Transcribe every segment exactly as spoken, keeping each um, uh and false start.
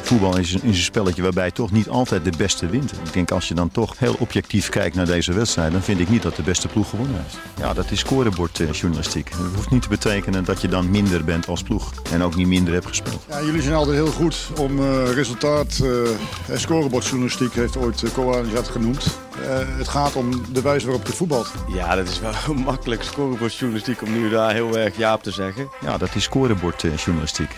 Voetbal is een, is een spelletje waarbij toch niet altijd de beste wint. Ik denk als je dan toch heel objectief kijkt naar deze wedstrijd, dan vind ik niet dat de beste ploeg gewonnen heeft. Ja, dat is scorebordjournalistiek. Het hoeft niet te betekenen dat je dan minder bent als ploeg en ook niet minder hebt gespeeld. Ja, jullie zijn altijd heel goed om uh, resultaat uh, en scorebordjournalistiek heeft ooit uh, Koan dat genoemd. Uh, het gaat om de wijze waarop je voetbalt. Ja, dat is wel makkelijk scorebordjournalistiek om nu daar heel erg ja op te zeggen. Ja, dat is scorebordjournalistiek.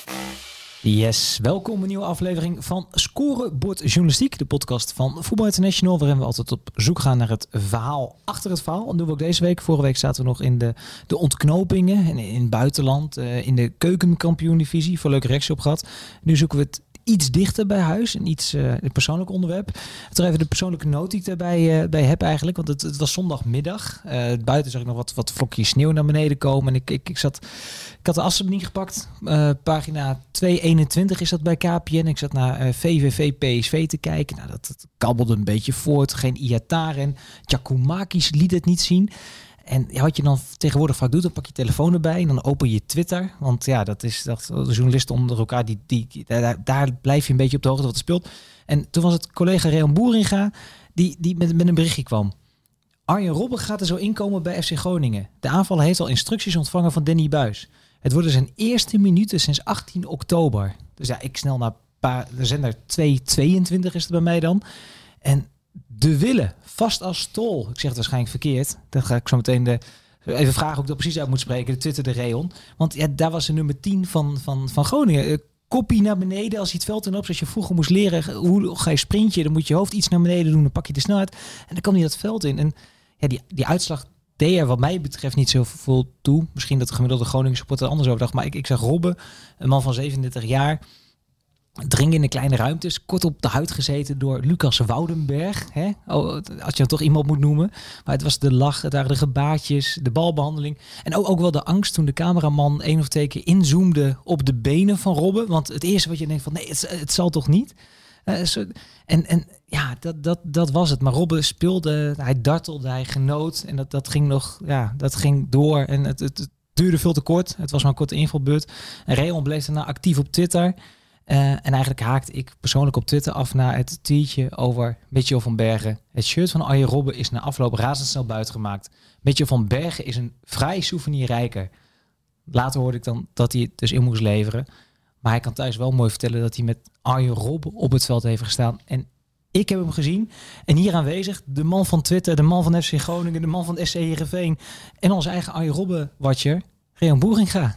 Yes, welkom bij een nieuwe aflevering van Scorebord Journalistiek, de podcast van Voetbal International, waarin we altijd op zoek gaan naar het verhaal achter het verhaal. En dat doen we ook deze week. Vorige week zaten we nog in de, de ontknopingen in, in het buitenland, uh, in de keukenkampioen-divisie, voor leuke reactie op gehad. Nu zoeken we het iets dichter bij huis, een iets uh, een persoonlijk onderwerp. Toch even de persoonlijke noot die ik daarbij uh, bij heb eigenlijk, want het, het was zondagmiddag. Uh, buiten zag ik nog wat, wat vlokjes sneeuw naar beneden komen en ik, ik, ik zat... Ik had de afstandsbediening gepakt. Uh, pagina tweehonderdeenentwintig is dat bij K P N. Ik zat naar uh, V V V P S V te kijken. Nou, dat, dat kabbelde een beetje voort. Geen Iataren. Giacomakis liet het niet zien. En ja, wat je dan tegenwoordig vaak doet, dan pak je telefoon erbij en dan open je Twitter. Want ja, dat is dat de journalisten onder elkaar, die, die, daar, daar blijf je een beetje op de hoogte wat er speelt. En toen was het collega Reon Boeringa die, die met, met een berichtje kwam. Arjen Robben gaat er zo inkomen bij F C Groningen. De aanvaller heeft al instructies ontvangen van Danny Buis. Het worden zijn eerste minuten sinds achttien oktober. Dus ja, ik snel naar paar, de zender twee tweeëntwintig is het bij mij dan. En de Wille, vast als stol. Ik zeg het waarschijnlijk verkeerd. Dan ga ik zo meteen de, even vragen hoe ik dat precies uit moet spreken. De Twitter de Reon. Want ja, daar was de nummer tien van, van, van Groningen. Uh, Koppie naar beneden als hij het veld in op. Zoals je vroeger moest leren, hoe ga je sprintje? Dan moet je hoofd iets naar beneden doen. Dan pak je de snelheid. En dan kwam hij dat veld in. En ja, die, die uitslag deed er wat mij betreft niet zoveel toe. Misschien dat de gemiddelde Groningen supporter er anders over dacht. Maar ik, ik zag Robben, een man van zevenendertig jaar, dringen in de kleine ruimtes. Kort op de huid gezeten door Lucas Woudenberg. Hè? Oh, als je dan toch iemand moet noemen. Maar het was de lach, het waren de gebaartjes, de balbehandeling. En ook, ook wel de angst toen de cameraman één of twee keer inzoomde op de benen van Robben. Want het eerste wat je denkt van nee, het, het zal toch niet? Uh, so, en, en ja, dat, dat, dat was het. Maar Robben speelde, hij dartelde, hij genoot. En dat, dat ging nog, ja, dat ging door. En het, het, het duurde veel te kort. Het was maar een korte invalbeurt. En Reon bleef daarna actief op Twitter. Uh, en eigenlijk haakte ik persoonlijk op Twitter af naar het tweetje over Mitchell van Bergen. Het shirt van Arjen Robben is na afloop razendsnel buitengemaakt. Mitchell van Bergen is een vrij souvenirrijker. Later hoorde ik dan dat hij het dus in moest leveren. Maar hij kan thuis wel mooi vertellen dat hij met Arjen Robben op het veld heeft gestaan. En ik heb hem gezien. En hier aanwezig, de man van Twitter, de man van F C Groningen, de man van S C Heerenveen. En onze eigen Arjen Robben-watcher, Reon Boeringa.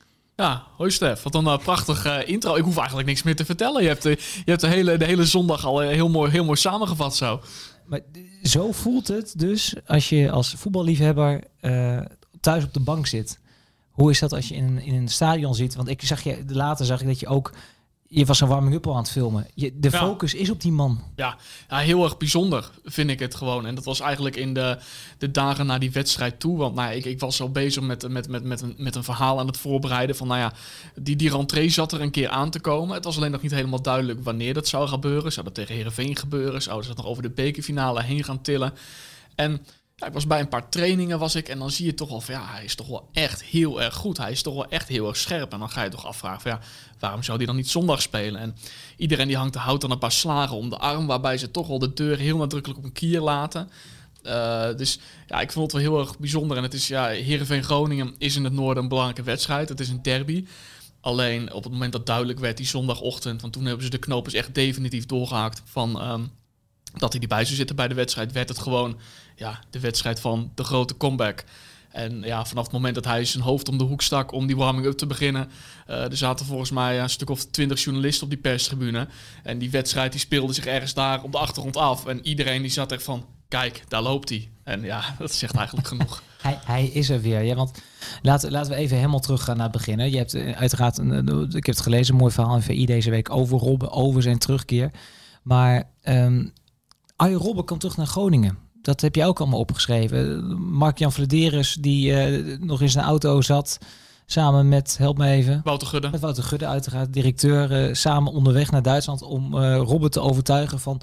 Ja, hoi Stef. Wat een uh, prachtig uh, intro. Ik hoef eigenlijk niks meer te vertellen. Je hebt, uh, je hebt de, hele, de hele zondag al uh, heel, mooi, heel mooi samengevat zo. Maar zo voelt het dus als je als voetballiefhebber uh, thuis op de bank zit. Hoe is dat als je in een, in een stadion zit? Want ik zag je later zag ik dat je ook, je was een warming-up al aan het filmen. Je, de ja. focus is op die man. Ja, ja, heel erg bijzonder vind ik het gewoon. En dat was eigenlijk in de, de dagen na die wedstrijd toe. Want nou ja, ik, ik was al bezig met, met, met, met, een, met een verhaal aan het voorbereiden. Van nou ja, die, die rentree zat er een keer aan te komen. Het was alleen nog niet helemaal duidelijk wanneer dat zou gebeuren. Zou dat tegen Heerenveen gebeuren? Zouden ze dat nog over de bekerfinale heen gaan tillen? En ja, ik was bij een paar trainingen was ik en dan zie je toch wel van ja, hij is toch wel echt heel erg goed. Hij is toch wel echt heel erg scherp. En dan ga je toch afvragen van ja, waarom zou hij dan niet zondag spelen? En iedereen die hangt, houdt dan een paar slagen om de arm, waarbij ze toch wel de deur heel nadrukkelijk op een kier laten. Uh, dus ja, ik vond het wel heel erg bijzonder. En het is ja, Heerenveen-Groningen is in het noorden een belangrijke wedstrijd. Het is een derby. Alleen op het moment dat duidelijk werd die zondagochtend, want toen hebben ze de knoop dus echt definitief doorgehaakt van Um, dat hij erbij zou zitten bij de wedstrijd, werd het gewoon ja, de wedstrijd van de grote comeback. En ja, vanaf het moment dat hij zijn hoofd om de hoek stak om die warming-up te beginnen, uh, er zaten volgens mij een stuk of twintig journalisten op die perstribune. En die wedstrijd die speelde zich ergens daar op de achtergrond af. En iedereen die zat echt van, kijk, daar loopt hij. En ja, dat zegt eigenlijk genoeg. Hij, hij is er weer. Ja, want laten, laten we even helemaal terug gaan naar het begin. Hè. Je hebt uh, uiteraard, een, ik heb het gelezen, een mooi verhaal in V I deze week over Robben, over zijn terugkeer. Maar Um, Arjen Robben komt terug naar Groningen. Dat heb je ook allemaal opgeschreven. Mark-Jan Vladeres, die uh, nog in zijn auto zat, samen met, help me even. Wouter Gudde. Met Wouter Gudde uiteraard, directeur, uh, samen onderweg naar Duitsland om uh, Robben te overtuigen van,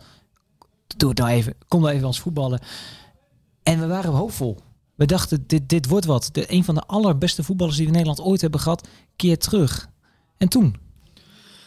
doe het nou even, kom nou even als voetballen. En we waren hoopvol. We dachten, dit, dit wordt wat. De, een van de allerbeste voetballers die we in Nederland ooit hebben gehad, keert terug. En toen?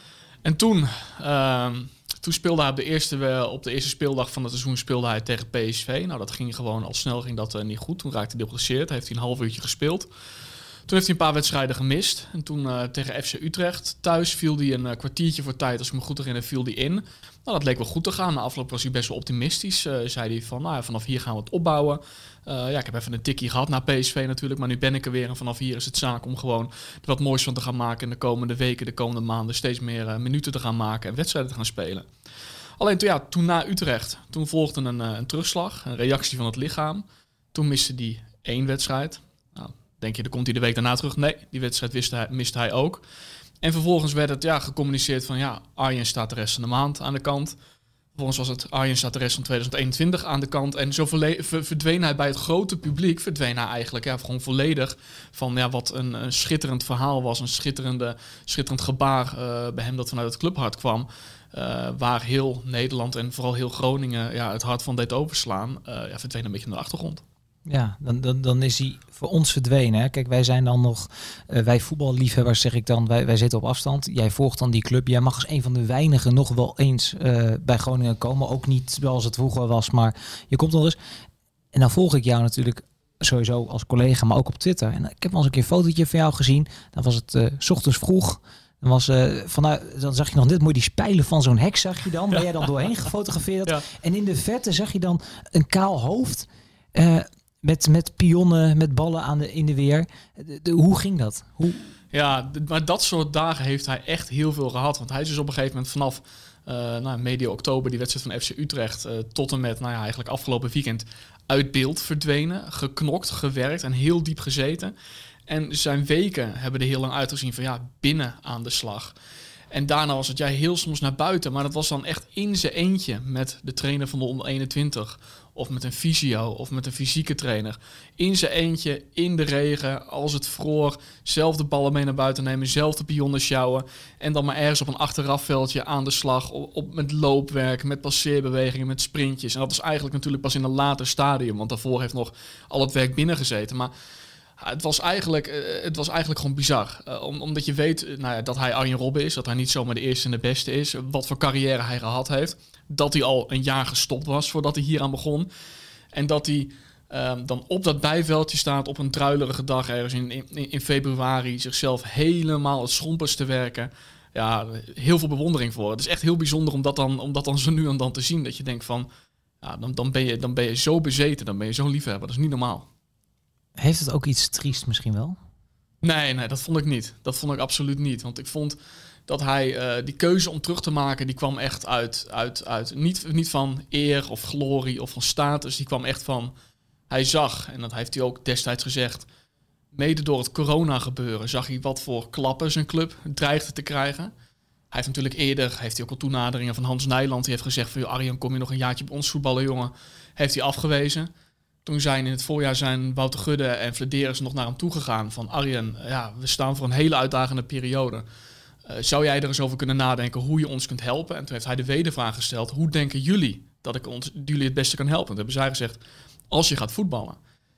En toen, uh, toen speelde hij op de, eerste, uh, op de eerste speeldag van het seizoen speelde hij tegen P S V. Nou, dat ging gewoon al snel, ging dat uh, niet goed. Toen raakte hij geblesseerd, heeft hij een half uurtje gespeeld. Toen heeft hij een paar wedstrijden gemist. En toen uh, tegen F C Utrecht thuis viel hij een uh, kwartiertje voor tijd, als ik me goed herinner, viel hij in. Nou, dat leek wel goed te gaan. Na afloop was hij best wel optimistisch. Uh, zei hij van, nou ja, vanaf hier gaan we het opbouwen. Uh, ja, ik heb even een tikkie gehad naar P S V natuurlijk, maar nu ben ik er weer. En vanaf hier is het zaak om gewoon er wat moois van te gaan maken. En de komende weken, de komende maanden steeds meer uh, minuten te gaan maken en wedstrijden te gaan spelen. Alleen toen, ja, toen na Utrecht, toen volgde een, uh, een terugslag, een reactie van het lichaam. Toen miste hij één wedstrijd. Nou, denk je, dan komt hij de week daarna terug? Nee, die wedstrijd miste hij, miste hij ook. En vervolgens werd het ja, gecommuniceerd van ja, Arjen staat de rest van de maand aan de kant. Vervolgens was het Arjen staat de rest van twintig eenentwintig aan de kant. En zo verle- ver- verdween hij bij het grote publiek. Verdween hij eigenlijk ja, gewoon volledig van ja, wat een, een schitterend verhaal was. Een schitterende, schitterend gebaar uh, bij hem dat vanuit het clubhart kwam. Uh, waar heel Nederland en vooral heel Groningen ja, het hart van deed overslaan. Uh, ja, verdween een beetje naar de achtergrond. Ja, dan, dan, dan is hij voor ons verdwenen. Hè? Kijk, wij zijn dan nog, uh, wij voetballiefhebbers zeg ik dan, wij, wij zitten op afstand. Jij volgt dan die club. Jij mag als een van de weinigen nog wel eens uh, bij Groningen komen. Ook niet zoals het vroeger was, maar je komt nog eens. En dan volg ik jou natuurlijk sowieso als collega, maar ook op Twitter. En ik heb al eens een keer een fotootje van jou gezien. Dan was het uh, 's ochtends vroeg. Dan, was, uh, vanuit, dan zag je nog net mooi die spijlen van zo'n hek, zag je dan. Waar jij dan doorheen gefotografeerd. Ja. En in de verte zag je dan een kaal hoofd. Uh, Met, met pionnen, met ballen aan de, in de weer. De, de, hoe ging dat? Hoe... Ja, d- maar dat soort dagen heeft hij echt heel veel gehad. Want hij is dus op een gegeven moment vanaf uh, nou, medio oktober... die wedstrijd van F C Utrecht uh, tot en met nou ja, eigenlijk afgelopen weekend... uit beeld verdwenen, geknokt, gewerkt en heel diep gezeten. En zijn weken hebben er heel lang uitgezien van ja, binnen aan de slag. En daarna was het ja, heel soms naar buiten. Maar dat was dan echt in zijn eentje met de trainer van de onder eenentwintig... of met een fysio of met een fysieke trainer. In zijn eentje, in de regen, als het vroor... zelf de ballen mee naar buiten nemen, zelf de pionnen sjouwen... en dan maar ergens op een achterafveldje aan de slag... Op, op, met loopwerk, met passeerbewegingen, met sprintjes. En dat is eigenlijk natuurlijk pas in een later stadium... want daarvoor heeft nog al het werk binnen gezeten. Maar het was eigenlijk, het was eigenlijk gewoon bizar. Uh, om, omdat je weet nou ja, dat hij Arjen Robben is... dat hij niet zomaar de eerste en de beste is... wat voor carrière hij gehad heeft... dat hij al een jaar gestopt was voordat hij hier aan begon. En dat hij uh, dan op dat bijveldje staat op een druilerige dag... ergens in, in, in februari zichzelf helemaal het schompers te werken. Ja, heel veel bewondering voor. Het is echt heel bijzonder om dat dan, om dat dan zo nu en dan te zien. Dat je denkt van, ja, dan, dan, ben je, dan ben je zo bezeten, dan ben je zo'n liefhebber. Dat is niet normaal. Heeft het ook iets triest misschien wel? Nee, nee, dat vond ik niet. Dat vond ik absoluut niet. Want ik vond dat hij uh, die keuze om terug te maken, die kwam echt uit, uit, uit niet, niet van eer of glorie of van status. Die kwam echt van, hij zag, en dat heeft hij ook destijds gezegd, mede door het corona gebeuren, zag hij wat voor klappen zijn club dreigde te krijgen. Hij heeft natuurlijk eerder, heeft hij ook al toenaderingen van Hans Nijland, die heeft gezegd van, Arjen, kom je nog een jaartje bij ons voetballen, jongen? Heeft hij afgewezen. Toen zijn in het voorjaar zijn Wouter Gudde en Flederis nog naar hem toe gegaan van, Arjen, ja, we staan voor een hele uitdagende periode. Uh, zou jij er eens over kunnen nadenken hoe je ons kunt helpen? En toen heeft hij de wedervraag gesteld, hoe denken jullie dat ik ons, jullie het beste kan helpen? Toen hebben zij gezegd, als je gaat voetballen.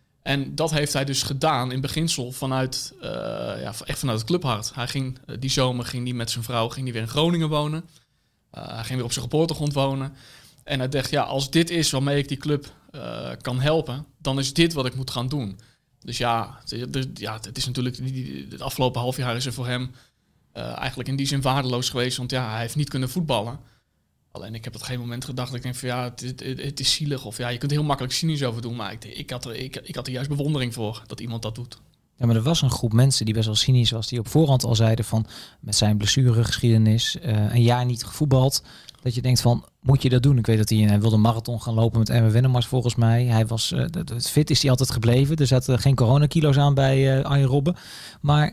En dat heeft hij dus gedaan in beginsel vanuit, uh, ja, echt vanuit het clubhart. Hij ging, uh, die zomer ging hij met zijn vrouw ging hij weer in Groningen wonen. Uh, hij ging weer op zijn geboortegrond wonen. En hij dacht, ja, als dit is waarmee ik die club uh, kan helpen, dan is dit wat ik moet gaan doen. Dus ja, het, ja, het is natuurlijk, het afgelopen half jaar is er voor hem uh, eigenlijk in die zin waardeloos geweest. Want ja, hij heeft niet kunnen voetballen. Alleen ik heb op geen moment gedacht, ik denk van ja, het, het, het is zielig. Of ja, je kunt er heel makkelijk cynisch over doen. Maar ik, ik, had er, ik, ik had er juist bewondering voor dat iemand dat doet. Ja, maar er was een groep mensen die best wel cynisch was, die op voorhand al zeiden van, met zijn blessuregeschiedenis, uh, een jaar niet gevoetbald, dat je denkt van, moet je dat doen? Ik weet dat hij, hij wilde een marathon gaan lopen met Emma Wennemars volgens mij. Hij was, uh, fit is hij altijd gebleven. Er zaten geen coronakilo's aan bij uh, Arjen Robben. Maar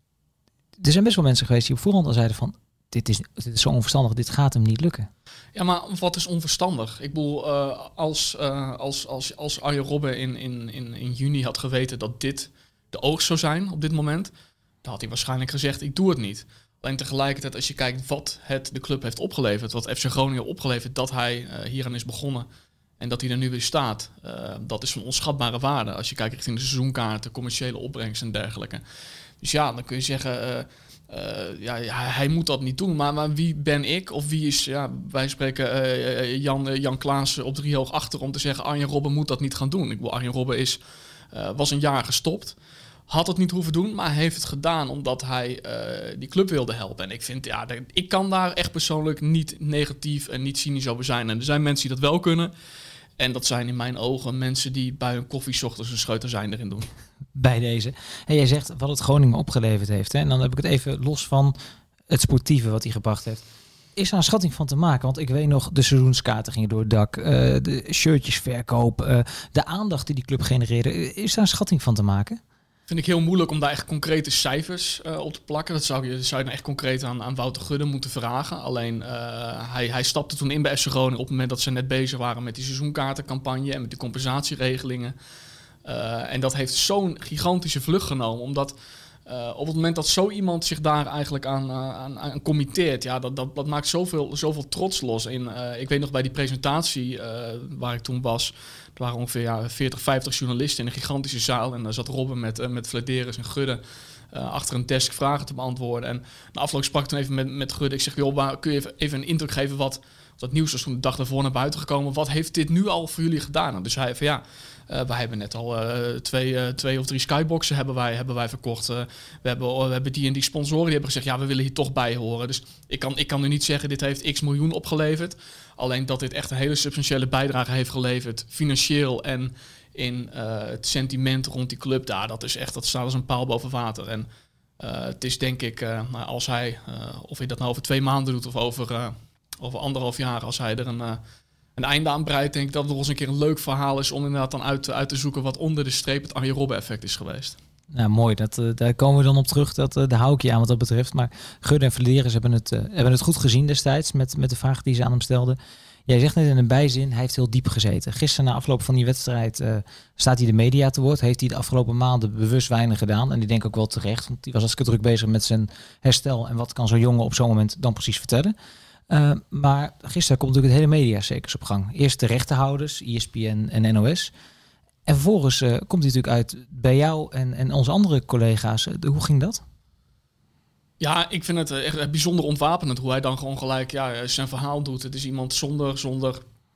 er zijn best wel mensen geweest die op voorhand al zeiden van, dit is, dit is zo onverstandig, dit gaat hem niet lukken. Ja, maar wat is onverstandig? Ik bedoel, uh, als, uh, als, als, als Arjen Robben in, in, in, in juni had geweten dat dit de oogst zou zijn op dit moment, dan had hij waarschijnlijk gezegd, ik doe het niet. Alleen tegelijkertijd, als je kijkt wat het de club heeft opgeleverd, wat F C Groningen opgeleverd, dat hij uh, hieraan is begonnen en dat hij er nu weer staat, uh, dat is van onschatbare waarde. Als je kijkt richting de seizoenkaarten, commerciële opbrengst en dergelijke. Dus ja, dan kun je zeggen, uh, Uh, ja, ja, hij moet dat niet doen. Maar, maar wie ben ik? Of wie is, ja, wij spreken uh, Jan, uh, Jan Klaassen op drie hoog achter om te zeggen Arjen Robben moet dat niet gaan doen. Ik bedoel, Arjen Robben is, uh, was een jaar gestopt. Had het niet hoeven doen, maar hij heeft het gedaan omdat hij uh, die club wilde helpen. En ik vind, ja, ik kan daar echt persoonlijk niet negatief en niet cynisch over zijn. En er zijn mensen die dat wel kunnen. En dat zijn in mijn ogen mensen die bij hun koffie 's ochtends een scheuterzijn erin doen. Bij deze. En jij zegt wat het Groningen opgeleverd heeft. Hè? En dan heb ik het even los van het sportieve wat hij gebracht heeft. Is er een schatting van te maken? Want ik weet nog, de seizoenskaarten gingen door het dak. Uh, de shirtjesverkoop. Uh, de aandacht die die club genereerde. Is daar een schatting van te maken? Vind ik heel moeilijk om daar echt concrete cijfers uh, op te plakken. Dat zou je, zou je nou echt concreet aan, aan Wouter Gudde moeten vragen. Alleen uh, hij, hij stapte toen in bij F C Groningen op het moment dat ze net bezig waren met die seizoenkaartencampagne en met die compensatieregelingen. Uh, en dat heeft zo'n gigantische vlucht genomen, omdat uh, op het moment dat zo iemand zich daar eigenlijk aan, uh, aan, aan committeert, ja, dat, dat, dat maakt zoveel, zoveel trots los. In, uh, ik weet nog bij die presentatie uh, waar ik toen was, er waren ongeveer ja, veertig, vijftig journalisten in een gigantische zaal. En daar zat Robben met, uh, met Vladeris en Gudde uh, achter een desk vragen te beantwoorden. En na afloop sprak ik toen even met, met Gudde. Ik zeg, joh, kun je even, even een indruk geven wat... Dat nieuws was toen de dag daarvoor naar buiten gekomen. Wat heeft dit nu al voor jullie gedaan? En dus hij van ja, uh, wij hebben net al uh, twee, uh, twee of drie skyboxen hebben wij, hebben wij verkocht. Uh, we, hebben, uh, we hebben die en die sponsoren die hebben gezegd, ja, we willen hier toch bij horen. Dus ik kan, ik kan nu niet zeggen, dit heeft x miljoen opgeleverd. Alleen dat dit echt een hele substantiële bijdrage heeft geleverd, financieel en in uh, het sentiment rond die club daar. Dat is echt, dat staat als een paal boven water. En uh, het is denk ik, uh, nou, als hij, uh, of hij dat nou over twee maanden doet of over... Uh, over anderhalf jaar, als hij er een, uh, een einde aan breidt, denk ik dat het nog eens een keer een leuk verhaal is om inderdaad dan uit, uit te zoeken wat onder de streep het Arjen Robben effect is geweest. Nou, mooi. Dat, uh, daar komen we dan op terug. Dat, uh, daar hou ik je aan wat dat betreft. Maar Gudde en Vladeris hebben het, uh, hebben het goed gezien destijds met, met de vraag die ze aan hem stelden. Jij zegt net in een bijzin, hij heeft heel diep gezeten. Gisteren na afloop van die wedstrijd uh, staat hij de media te woord. Heeft hij de afgelopen maanden bewust weinig gedaan. En ik denk ook wel terecht, want hij was hartstikke druk bezig met zijn herstel. En wat kan zo'n jongen op zo'n moment dan precies vertellen? Uh, maar gisteren komt natuurlijk het hele mediacircus op gang. Eerst de rechtenhouders, E S P N en N O S. En vervolgens uh, komt hij natuurlijk uit bij jou en, en onze andere collega's. Uh, hoe ging dat? Ja, ik vind het echt bijzonder ontwapenend hoe hij dan gewoon gelijk ja, zijn verhaal doet. Het is iemand zonder, zonder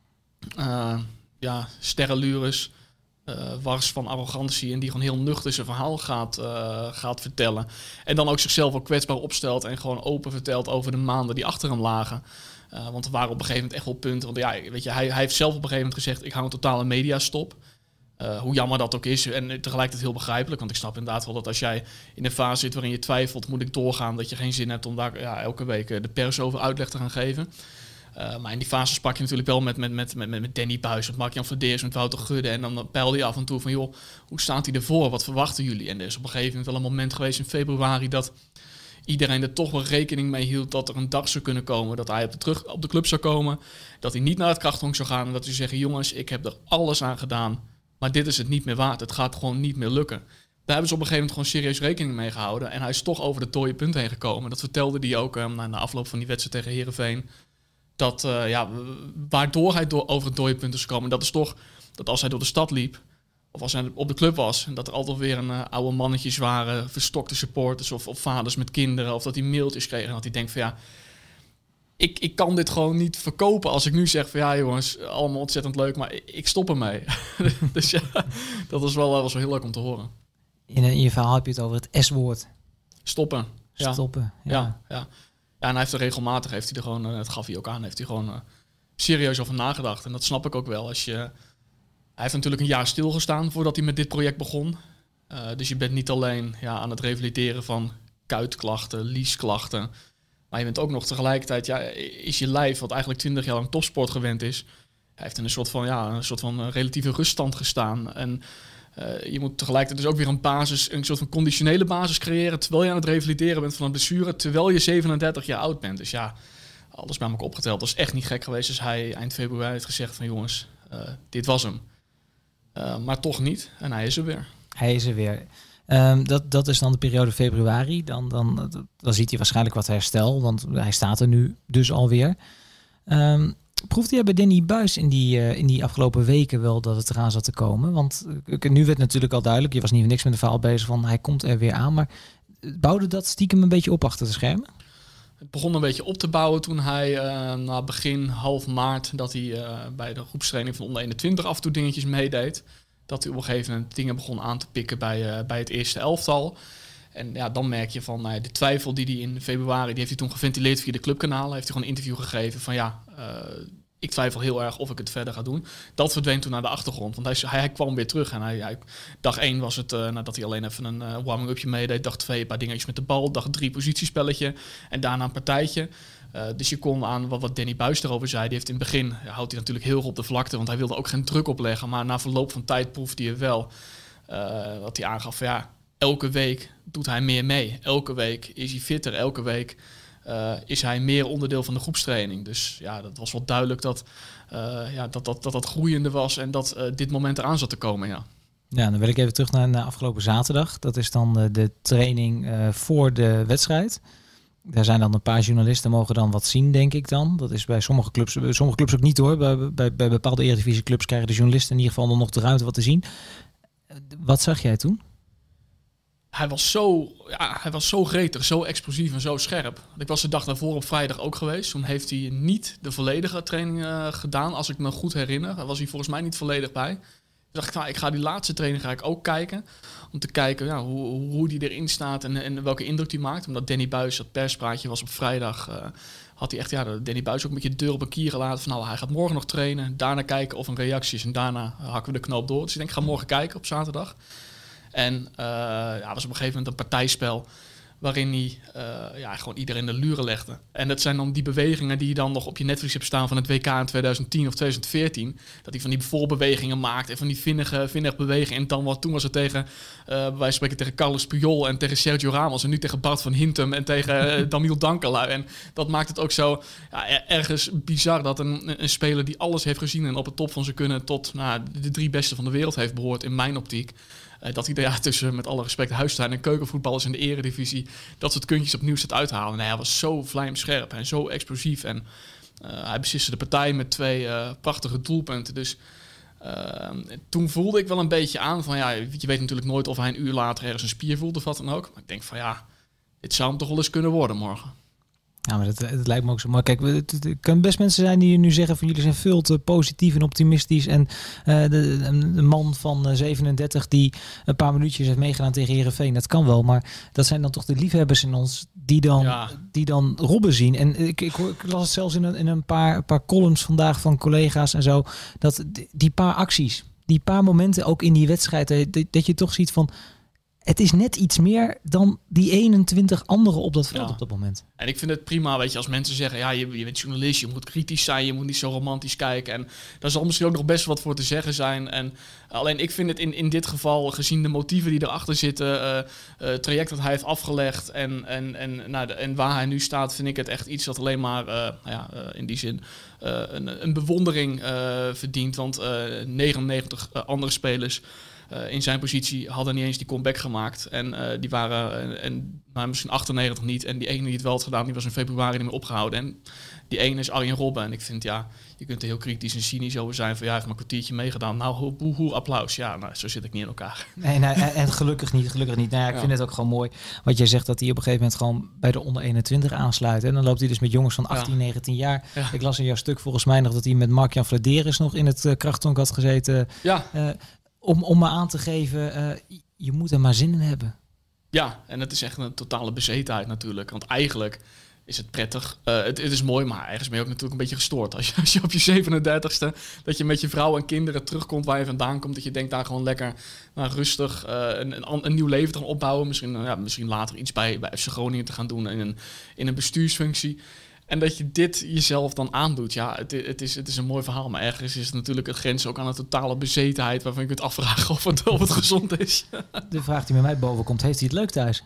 uh, ja, sterrenlures, uh, wars van arrogantie en die gewoon heel nuchter zijn verhaal gaat, uh, gaat vertellen. En dan ook zichzelf ook kwetsbaar opstelt en gewoon open vertelt over de maanden die achter hem lagen. Uh, want er waren op een gegeven moment echt wel punten. Want ja, weet je, hij, hij heeft zelf op een gegeven moment gezegd, ik hou een totale mediastop. Uh, hoe jammer dat ook is. En tegelijkertijd heel begrijpelijk. Want ik snap inderdaad wel dat als jij in een fase zit waarin je twijfelt, moet ik doorgaan, dat je geen zin hebt om daar ja, elke week de pers over uitleg te gaan geven. Uh, maar in die fase sprak je natuurlijk wel met, met, met, met, met Danny Buijs, met Mark-Jan Vladeris, met Wouter Gudde. En dan peilde je af en toe van, joh, hoe staat hij ervoor? Wat verwachten jullie? En er is op een gegeven moment wel een moment geweest in februari dat iedereen er toch wel rekening mee hield dat er een dag zou kunnen komen, dat hij op de, terug, op de club zou komen, dat hij niet naar het krachthonk zou gaan en dat hij zeggen, jongens, ik heb er alles aan gedaan, maar dit is het niet meer waard. Het gaat gewoon niet meer lukken. Daar hebben ze op een gegeven moment gewoon serieus rekening mee gehouden. En hij is toch over de dode punt heen gekomen. Dat vertelde hij ook uh, na, na afloop van die wedstrijd tegen Heerenveen. Dat, uh, ja, waardoor hij door, over het dode punt is gekomen. Dat is toch dat als hij door de stad liep, of als hij op de club was, en dat er altijd weer een uh, oude mannetjes waren, verstokte supporters of, of vaders met kinderen, of dat hij mailtjes kreeg en dat hij denkt van ja, Ik, ik kan dit gewoon niet verkopen als ik nu zeg van ja jongens, allemaal ontzettend leuk, maar ik, ik stop ermee. Dus ja, dat was wel, was wel heel leuk om te horen. In, in je verhaal heb je het over het S-woord. Stoppen. Ja. Stoppen, ja. Ja, ja. Ja, en hij heeft er regelmatig, heeft hij er gewoon, uh, het gaf hij ook aan, heeft hij gewoon uh, serieus over nagedacht. En dat snap ik ook wel. Als je, hij heeft natuurlijk een jaar stilgestaan voordat hij met dit project begon. Uh, dus je bent niet alleen ja, aan het revalideren van kuitklachten, liesklachten, maar je bent ook nog tegelijkertijd, ja, is je lijf, wat eigenlijk twintig jaar lang topsport gewend is, hij heeft in een soort van, ja, een soort van relatieve ruststand gestaan. En uh, je moet tegelijkertijd dus ook weer een basis, een soort van conditionele basis creëren, terwijl je aan het revalideren bent van een blessure, terwijl je zevenendertig jaar oud bent. Dus ja, alles bij elkaar opgeteld. Dat is echt niet gek geweest als hij eind februari heeft gezegd van jongens, uh, dit was hem. Uh, maar toch niet. En hij is er weer. Hij is er weer. Um, dat, dat is dan de periode februari. Dan, dan, dan ziet hij waarschijnlijk wat herstel, want hij staat er nu dus alweer. Um, proefde jij bij Danny Buijs in die, uh, in die afgelopen weken wel dat het eraan zat te komen? Want uh, nu werd natuurlijk al duidelijk, je was niet voor niks met de verhaal bezig van hij komt er weer aan. Maar bouwde dat stiekem een beetje op achter de schermen? Het begon een beetje op te bouwen toen hij uh, na begin half maart... dat hij uh, bij de groepstraining van onder eenentwintig af en toe dingetjes meedeed. Dat hij op een gegeven moment dingen begon aan te pikken bij, uh, bij het eerste elftal. En ja, dan merk je van nou ja, de twijfel die hij in februari... die heeft hij toen geventileerd via de clubkanalen. Heeft hij gewoon een interview gegeven van ja... Uh, ik twijfel heel erg of ik het verder ga doen. Dat verdween toen naar de achtergrond. Want hij, hij, hij kwam weer terug. En hij, hij, dag één was het uh, nadat hij alleen even een uh, warming-upje meedeed. Dag twee een paar dingetjes met de bal. Dag drie positiespelletje. En daarna een partijtje. Uh, dus je kon aan wat, wat Danny Buijs erover zei. Die heeft in het begin, ja, houdt hij natuurlijk heel erg op de vlakte. Want hij wilde ook geen druk opleggen. Maar na verloop van tijd proefde hij wel. Uh, dat hij aangaf van ja, elke week doet hij meer mee. Elke week is hij fitter. Elke week... Uh, is hij meer onderdeel van de groepstraining. Dus ja, dat was wel duidelijk dat uh, ja, dat, dat, dat dat groeiende was en dat uh, dit moment eraan zat te komen, ja. Ja, dan wil ik even terug naar, naar afgelopen zaterdag. Dat is dan uh, de training uh, voor de wedstrijd. Daar zijn dan een paar journalisten mogen dan wat zien, denk ik dan. Dat is bij sommige clubs, bij sommige clubs ook niet hoor. Bij, bij, bij bepaalde eredivisieclubs krijgen de journalisten in ieder geval dan nog de ruimte wat te zien. Uh, wat zag jij toen? Hij was zo, ja, hij was zo gretig, zo explosief en zo scherp. Ik was de dag daarvoor op vrijdag ook geweest. Toen heeft hij niet de volledige training uh, gedaan, als ik me goed herinner. Daar was hij volgens mij niet volledig bij. Toen dacht ik, nou, ik ga die laatste training ga ik ook kijken. Om te kijken ja, hoe, hoe die erin staat en, en welke indruk die maakt. Omdat Danny Buijs, dat perspraatje was op vrijdag... Uh, had hij echt, ja, Danny Buijs ook een beetje de deur op een kier gelaten. Van nou, hij gaat morgen nog trainen. Daarna kijken of een reactie is. En daarna hakken we de knoop door. Dus ik denk, ik ga morgen kijken op zaterdag. En uh, ja, was op een gegeven moment een partijspel waarin hij uh, ja, gewoon iedereen de luren legde. En dat zijn dan die bewegingen die je dan nog op je netvlies hebt staan van het W K in twintig tien of twintig veertien. Dat hij van die voorbewegingen maakt en van die vinnige, vinnige bewegingen. En dan wat toen was het tegen, uh, wij spreken tegen Carlos Puyol en tegen Sergio Ramos. En nu tegen Bart van Hintem en tegen uh, Daniel Dankelui. En dat maakt het ook zo ja, ergens bizar dat een, een speler die alles heeft gezien en op het top van zijn kunnen tot nou, de drie beste van de wereld heeft behoord in mijn optiek. Dat hij ja, tussen, met alle respect, huistuin- en keukenvoetballers in de eredivisie dat soort kuntjes opnieuw zit uithalen. En hij was zo vlijmscherp en zo explosief. En uh, hij besliste de partij met twee uh, prachtige doelpunten. Dus uh, toen voelde ik wel een beetje aan van ja, je weet natuurlijk nooit of hij een uur later ergens een spier voelt of wat dan ook. Maar ik denk van ja, dit zou hem toch wel eens kunnen worden morgen. Ja, maar dat, het lijkt me ook zo. Maar kijk, het, het, het kunnen best mensen zijn die nu zeggen van jullie zijn veel te positief en optimistisch. En uh, de, de man van uh, zevenendertig die een paar minuutjes heeft meegedaan tegen Heerenveen, dat kan wel. Maar dat zijn dan toch de liefhebbers in ons die dan, ja. die dan Robben zien. En ik, ik, ik las het zelfs in een, in een paar, paar columns vandaag van collega's en zo. Dat die, die paar acties, die paar momenten ook in die wedstrijd, dat, dat je toch ziet van... Het is net iets meer dan die eenentwintig anderen op dat veld ja. op dat moment. En ik vind het prima, weet je, als mensen zeggen... ja, je, je bent journalist, je moet kritisch zijn... je moet niet zo romantisch kijken. En daar zal misschien ook nog best wat voor te zeggen zijn. En alleen ik vind het in, in dit geval... gezien de motieven die erachter zitten... Uh, uh, het traject dat hij heeft afgelegd... en, en, en, nou, de, en waar hij nu staat... vind ik het echt iets dat alleen maar... Uh, nou ja, uh, in die zin... Uh, een, een bewondering uh, verdient. Want uh, negenennegentig uh, andere spelers... Uh, in zijn positie hadden niet eens die comeback gemaakt. En uh, die waren, uh, en, nou, misschien achtennegentig niet. En die ene die het wel had gedaan, die was in februari niet meer opgehouden. En die ene is Arjen Robben. En ik vind, ja, je kunt er heel kritisch en cynisch over zijn. Van ja, hij heeft maar een kwartiertje meegedaan. Nou, hoe, hoe applaus. Ja, nou, zo zit ik niet in elkaar. Nee, nou, en gelukkig niet, gelukkig niet. Nou ja, ik ja. vind het ook gewoon mooi. Wat jij zegt, dat hij op een gegeven moment gewoon bij de onder eenentwintig aansluit. En dan loopt hij dus met jongens van achttien, ja. negentien jaar. Ja. Ik las in jouw stuk volgens mij nog dat hij met Mark-Jan Vladeris nog in het uh, krachttonk had gezeten. Ja. Uh, Om, om me aan te geven, uh, je moet er maar zin in hebben. Ja, en het is echt een totale bezetenheid natuurlijk. Want eigenlijk is het prettig. Uh, het, het is mooi, maar ergens ben je ook natuurlijk een beetje gestoord. Als je, als je op je zevenendertigste, dat je met je vrouw en kinderen terugkomt waar je vandaan komt. Dat je denkt daar gewoon lekker nou, rustig uh, een, een, een nieuw leven te gaan opbouwen. Misschien, uh, ja, misschien later iets bij, bij F C Groningen te gaan doen in een, in een bestuursfunctie. En dat je dit jezelf dan aandoet. Ja, het, het, is, het is een mooi verhaal. Maar ergens is het natuurlijk het grens ook aan een totale bezetenheid... waarvan je kunt afvragen of het, of het gezond is. De vraag die bij mij boven komt, heeft hij het leuk thuis?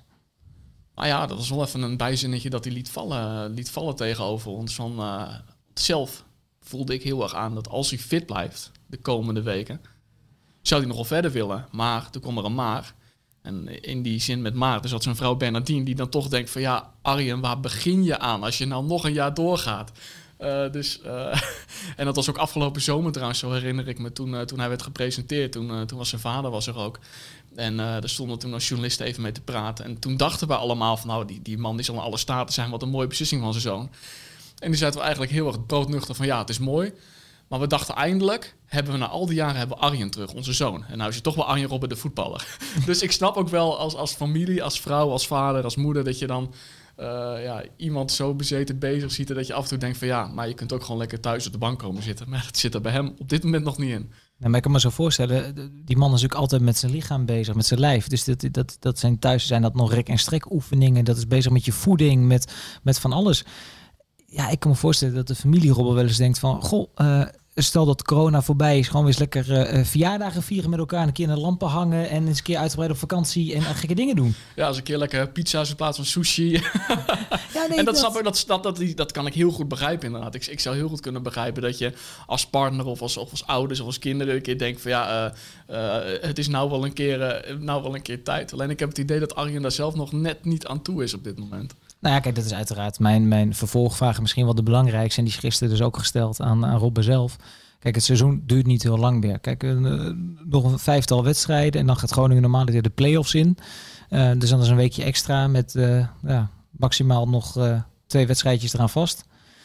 Nou ja, dat was wel even een bijzinnetje dat hij liet vallen, liet vallen tegenover ons. Van, uh, zelf voelde ik heel erg aan dat als hij fit blijft de komende weken... zou hij nog wel verder willen. Maar toen kwam er een maar... En in die zin met Maarten zat zijn vrouw Bernardine... die dan toch denkt van ja, Arjen, waar begin je aan... als je nou nog een jaar doorgaat? Uh, dus, uh, en dat was ook afgelopen zomer trouwens, zo herinner ik me. Toen, uh, toen hij werd gepresenteerd, toen, uh, toen was zijn vader was er ook. En uh, daar stonden toen als journalisten even mee te praten. En toen dachten we allemaal van, nou, die, die man die zal in alle staten zijn. Wat een mooie beslissing van zijn zoon. En die zaten we eigenlijk heel erg broodnuchter van, ja, het is mooi. Maar we dachten eindelijk, hebben we na al die jaren hebben we Arjen terug, onze zoon. En nou is hij toch wel Arjen Robben, de voetballer. Dus ik snap ook wel als, als familie, als vrouw, als vader, als moeder, dat je dan uh, ja, iemand zo bezeten bezig ziet. En dat je af en toe denkt van ja, maar je kunt ook gewoon lekker thuis op de bank komen zitten. Maar dat zit er bij hem op dit moment nog niet in. Nou, maar ik kan me zo voorstellen, die man is natuurlijk altijd met zijn lichaam bezig, met zijn lijf. Dus dat, dat, dat zijn thuis zijn dat nog rek- en strek oefeningen. Dat is bezig met je voeding, met, met van alles. Ja, ik kan me voorstellen dat de familie Robben wel eens denkt van, goh, uh, stel dat corona voorbij is, gewoon weer eens lekker uh, verjaardagen vieren met elkaar, een keer naar de lampen hangen en eens een keer uitgebreid op vakantie en uh, gekke dingen doen. Ja, als een keer lekker pizza's in plaats van sushi. Ja, nee, en dat, dat... Snap ik, dat, dat, dat, dat kan ik heel goed begrijpen inderdaad. Ik, ik zou heel goed kunnen begrijpen dat je als partner of als, of als ouders of als kinderen een keer denkt van ja, uh, uh, het is nou wel, een keer, uh, nou wel een keer tijd. Alleen ik heb het idee dat Arjen daar zelf nog net niet aan toe is op dit moment. Nou ja, kijk, dat is uiteraard mijn, mijn vervolgvraag misschien wel de belangrijkste. En die is gisteren dus ook gesteld aan, aan Robben zelf. Kijk, het seizoen duurt niet heel lang meer. Kijk, uh, nog een vijftal wedstrijden en dan gaat Groningen normaal weer de play-offs in. Uh, dus dan is een weekje extra met uh, ja, maximaal nog uh, twee wedstrijdjes eraan vast.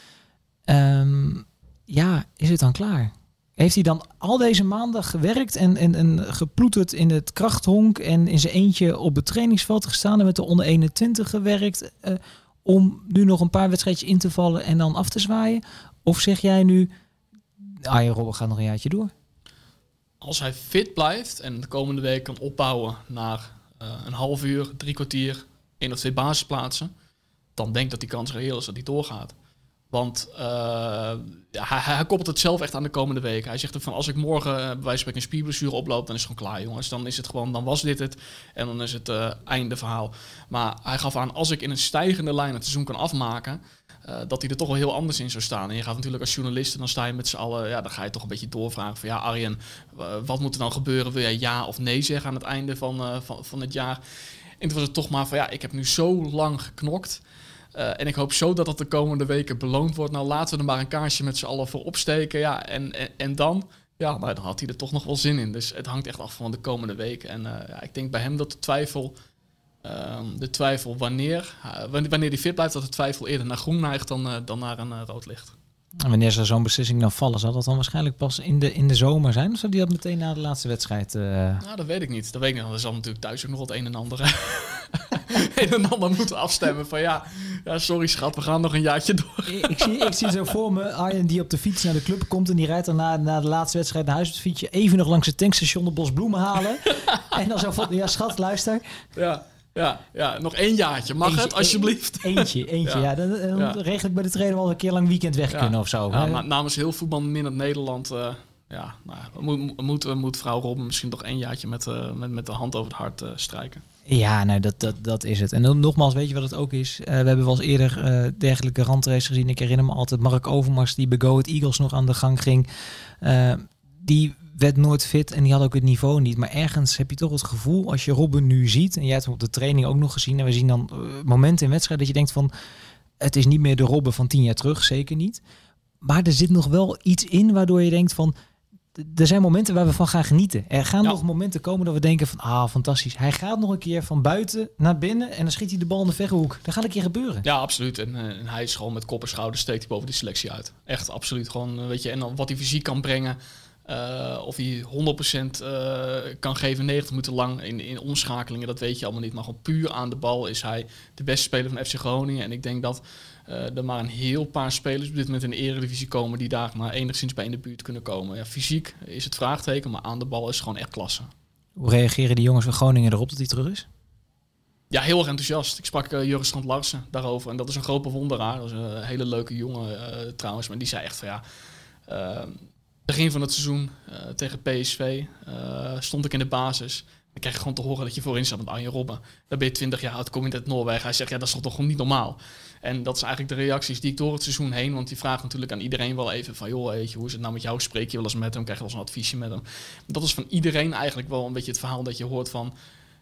Um, ja, is het dan klaar? Heeft hij dan al deze maanden gewerkt en, en, en geploeterd in het krachthonk en in zijn eentje op het trainingsveld gestaan en met de onder eenentwintig gewerkt uh, om nu nog een paar wedstrijdjes in te vallen en dan af te zwaaien? Of zeg jij nu, Arjen Robben gaat nog een jaartje door? Als hij fit blijft en de komende week kan opbouwen naar uh, een half uur, drie kwartier, één of twee basisplaatsen, dan denk ik dat die kans reëel is dat hij doorgaat. Want uh, ja, hij, hij koppelt het zelf echt aan de komende week. Hij zegt van als ik morgen uh, bij wijze van spreken een spierblessure oploop, dan is het gewoon klaar, jongens. Dan is het gewoon, dan was dit het en dan is het uh, einde verhaal. Maar hij gaf aan, als ik in een stijgende lijn het seizoen kan afmaken, uh, dat hij er toch wel heel anders in zou staan. En je gaat natuurlijk als journalist, dan sta je met z'n allen, ja, dan ga je toch een beetje doorvragen van ja, Arjen, uh, wat moet er dan gebeuren? Wil jij ja of nee zeggen aan het einde van, uh, van, van het jaar? En toen was het toch maar van ja, ik heb nu zo lang geknokt. Uh, en ik hoop zo dat dat de komende weken beloond wordt. Nou, laten we er maar een kaarsje met z'n allen voor opsteken. Ja, en, en, en dan, ja, nou, dan had hij er toch nog wel zin in. Dus het hangt echt af van de komende weken. En uh, ja, ik denk bij hem dat de twijfel, uh, de twijfel wanneer, uh, wanneer hij fit blijft, dat de twijfel eerder naar groen neigt dan, uh, dan naar een uh, rood licht. En wanneer zou zo'n beslissing dan vallen? Zal dat dan waarschijnlijk pas in de, in de zomer zijn? Of zou die dat meteen na de laatste wedstrijd? Uh... Nou, dat weet ik niet. Dat weet ik niet. Er zal natuurlijk thuis ook nog wat een en ander, een en ander moeten afstemmen. Van ja, ja, sorry schat, we gaan nog een jaartje door. ik, ik, zie, ik zie zo voor me Arjen die op de fiets naar de club komt en die rijdt dan na, na de laatste wedstrijd naar huis op het fietsje. Even nog langs het tankstation de bos bloemen halen. En dan zo van, ja schat, luister. Ja. Ja, ja, nog één jaartje. Mag eentje, het, alsjeblieft? Eentje, eentje. Ja, ja dan, dan ja. regel ik bij de trainer wel een keer lang weekend weg ja. kunnen of zo. Ja, maar namens heel voetbal in Nederland, uh, ja, nou, moet, moet, moet vrouw Robben misschien toch één jaartje met, uh, met, met de hand over het hart uh, strijken. Ja, nou, dat, dat, dat is het. En dan, nogmaals, weet je wat het ook is? Uh, we hebben wel eens eerder uh, dergelijke randraces gezien. Ik herinner me altijd Mark Overmars die bij Go Ahead Eagles nog aan de gang ging. Uh, die werd nooit fit en die had ook het niveau niet. Maar ergens heb je toch het gevoel, als je Robben nu ziet, en jij hebt hem op de training ook nog gezien, en we zien dan uh, momenten in wedstrijd dat je denkt van, het is niet meer de Robben van tien jaar terug, zeker niet. Maar er zit nog wel iets in waardoor je denkt van, er zijn momenten waar we van gaan genieten. Er gaan ja. nog momenten komen dat we denken van, ah, fantastisch. Hij gaat nog een keer van buiten naar binnen en dan schiet hij de bal in de verre hoek. Dat gaat een keer gebeuren. Ja, absoluut. En, en hij is gewoon met kop en schouders steekt hij boven die selectie uit. Echt, absoluut. Gewoon, weet je, en dan wat hij fysiek kan brengen. Uh, of hij honderd procent uh, kan geven, negentig minuten lang in, in omschakelingen, dat weet je allemaal niet. Maar gewoon puur aan de bal is hij de beste speler van F C Groningen. En ik denk dat uh, er maar een heel paar spelers op dit moment in de Eredivisie komen die daar maar enigszins bij in de buurt kunnen komen. Ja, fysiek is het vraagteken, maar aan de bal is gewoon echt klasse. Hoe reageren die jongens van Groningen erop dat hij terug is? Ja, heel erg enthousiast. Ik sprak uh, Jurgen Strand Larsen daarover. En dat is een groot bewonderaar. Dat is een hele leuke jongen uh, trouwens. Maar die zei echt van ja... Uh, begin van het seizoen uh, tegen P S V uh, stond ik in de basis. Dan krijg je gewoon te horen dat je voorin staat met Arjen Robben. Dan ben je twintig jaar oud, kom je uit Noorwegen. Hij zegt, ja, dat is toch gewoon niet normaal. En dat is eigenlijk de reacties die ik door het seizoen heen... want die vraagt natuurlijk aan iedereen wel even van... joh, weet je, hoe is het nou met jou? Spreek je wel eens met hem? Krijg je wel eens een adviesje met hem? Dat is van iedereen eigenlijk wel een beetje het verhaal dat je hoort van...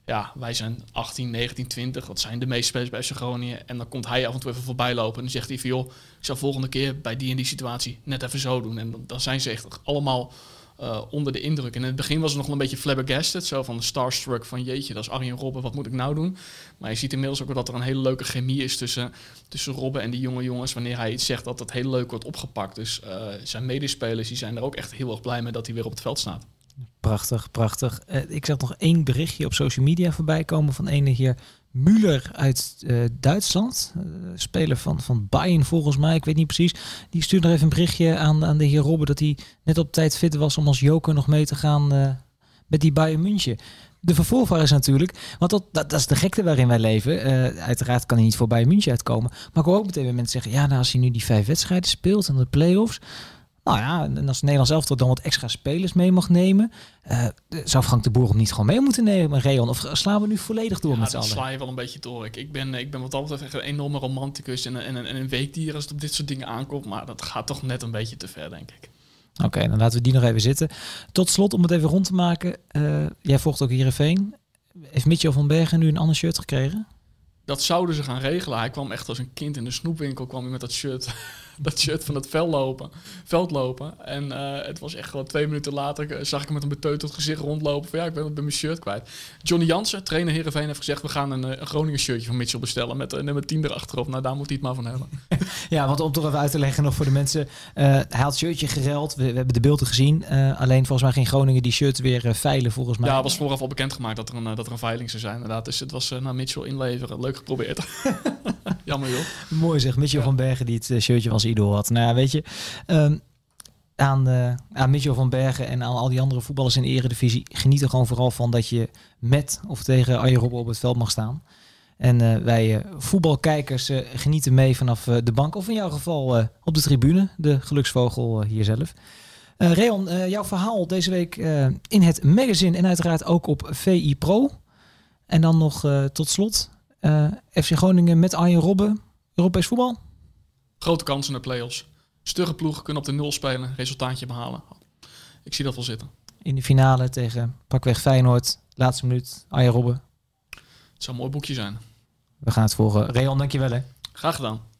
Ja, wij zijn achttien, negentien, twintig. Dat zijn de meeste spelers bij F C Groningen. En dan komt hij af en toe even voorbij lopen. En dan zegt hij van, joh, ik zal volgende keer bij die en die situatie net even zo doen. En dan, dan zijn ze echt allemaal uh, onder de indruk. En in het begin was het nog wel een beetje flabbergasted. Zo van de starstruck van, jeetje, dat is Arjen Robben, wat moet ik nou doen? Maar je ziet inmiddels ook wel dat er een hele leuke chemie is tussen, tussen Robben en die jonge jongens. Wanneer hij iets zegt, dat dat heel leuk wordt opgepakt. Dus uh, zijn medespelers die zijn er ook echt heel erg blij mee dat hij weer op het veld staat. Prachtig, prachtig. Uh, ik zag nog één berichtje op social media voorbij komen van ene heer Müller uit uh, Duitsland. Uh, speler van, van Bayern volgens mij, ik weet niet precies. Die stuurde nog even een berichtje aan, aan de heer Robben dat hij net op tijd fit was om als joker nog mee te gaan uh, met die Bayern München. De vervolgvraag is natuurlijk, want dat, dat, dat is de gekte waarin wij leven. Uh, uiteraard kan hij niet voor Bayern München uitkomen. Maar ik hoor ook meteen weer mensen zeggen, ja, nou, als hij nu die vijf wedstrijden speelt en de play-offs. Nou ja, en als Nederlands elftal dan wat extra spelers mee mag nemen, uh, zou Frank de Boer hem niet gewoon mee moeten nemen, Reon? Of slaan we nu volledig door ja, met z'n allen? Ja, allen? sla je wel een beetje door. Ik, ik, ben, ik ben wat dat betreft echt een enorme romanticus en, en, en een weekdier als het op dit soort dingen aankomt. Maar dat gaat toch net een beetje te ver, denk ik. Oké, okay, dan laten we die nog even zitten. Tot slot, om het even rond te maken. Uh, jij volgt ook Heerenveen. Heeft Mitchell van Bergen nu een ander shirt gekregen? Dat zouden ze gaan regelen. Hij kwam echt als een kind in de snoepwinkel, kwam hij met dat shirt, dat shirt van het veld lopen. Veld lopen. En uh, het was echt gewoon twee minuten later, zag ik hem met een beteuterd gezicht rondlopen. Van ja, ik ben, ben mijn shirt kwijt. Johnny Jansen, trainer Heerenveen, heeft gezegd, we gaan een, een Groningen shirtje van Mitchell bestellen met uh, nummer tien erachterop. Nou, daar moet hij het maar van hebben. Ja, want om toch even uit te leggen nog voor de mensen. Uh, hij had het shirtje gereld. We, we hebben de beelden gezien. Uh, alleen volgens mij ging Groningen die shirt weer uh, veilen volgens mij. Ja, het was vooraf al bekendgemaakt dat er een, uh, dat er een veiling zou zijn. Inderdaad. Dus het was uh, naar Mitchell inleveren. Leuk geprobeerd. Jammer joh. Mooi zeg, Mitchell ja. van Bergen die het uh, shirtje van zijn idool had. Nou ja, weet je, um, aan, uh, aan Mitchell van Bergen en aan al die andere voetballers in de Eredivisie geniet er gewoon vooral van dat je met of tegen Arjen Robben op het veld mag staan. En uh, wij uh, voetbalkijkers uh, genieten mee vanaf uh, de bank of in jouw geval uh, op de tribune, de geluksvogel uh, hier zelf. Uh, Reon, uh, jouw verhaal deze week uh, in het magazine en uiteraard ook op V I Pro. En dan nog uh, tot slot uh, F C Groningen met Arjen Robben, Europees voetbal? Grote kans in de play-offs. Stugge ploeg, kunnen op de nul spelen, resultaatje behalen. Ik zie dat wel zitten. In de finale tegen pakweg Feyenoord, laatste minuut, Arjen Robben. Het zou een mooi boekje zijn. We gaan het volgen. Reon, dankjewel hè. Graag gedaan.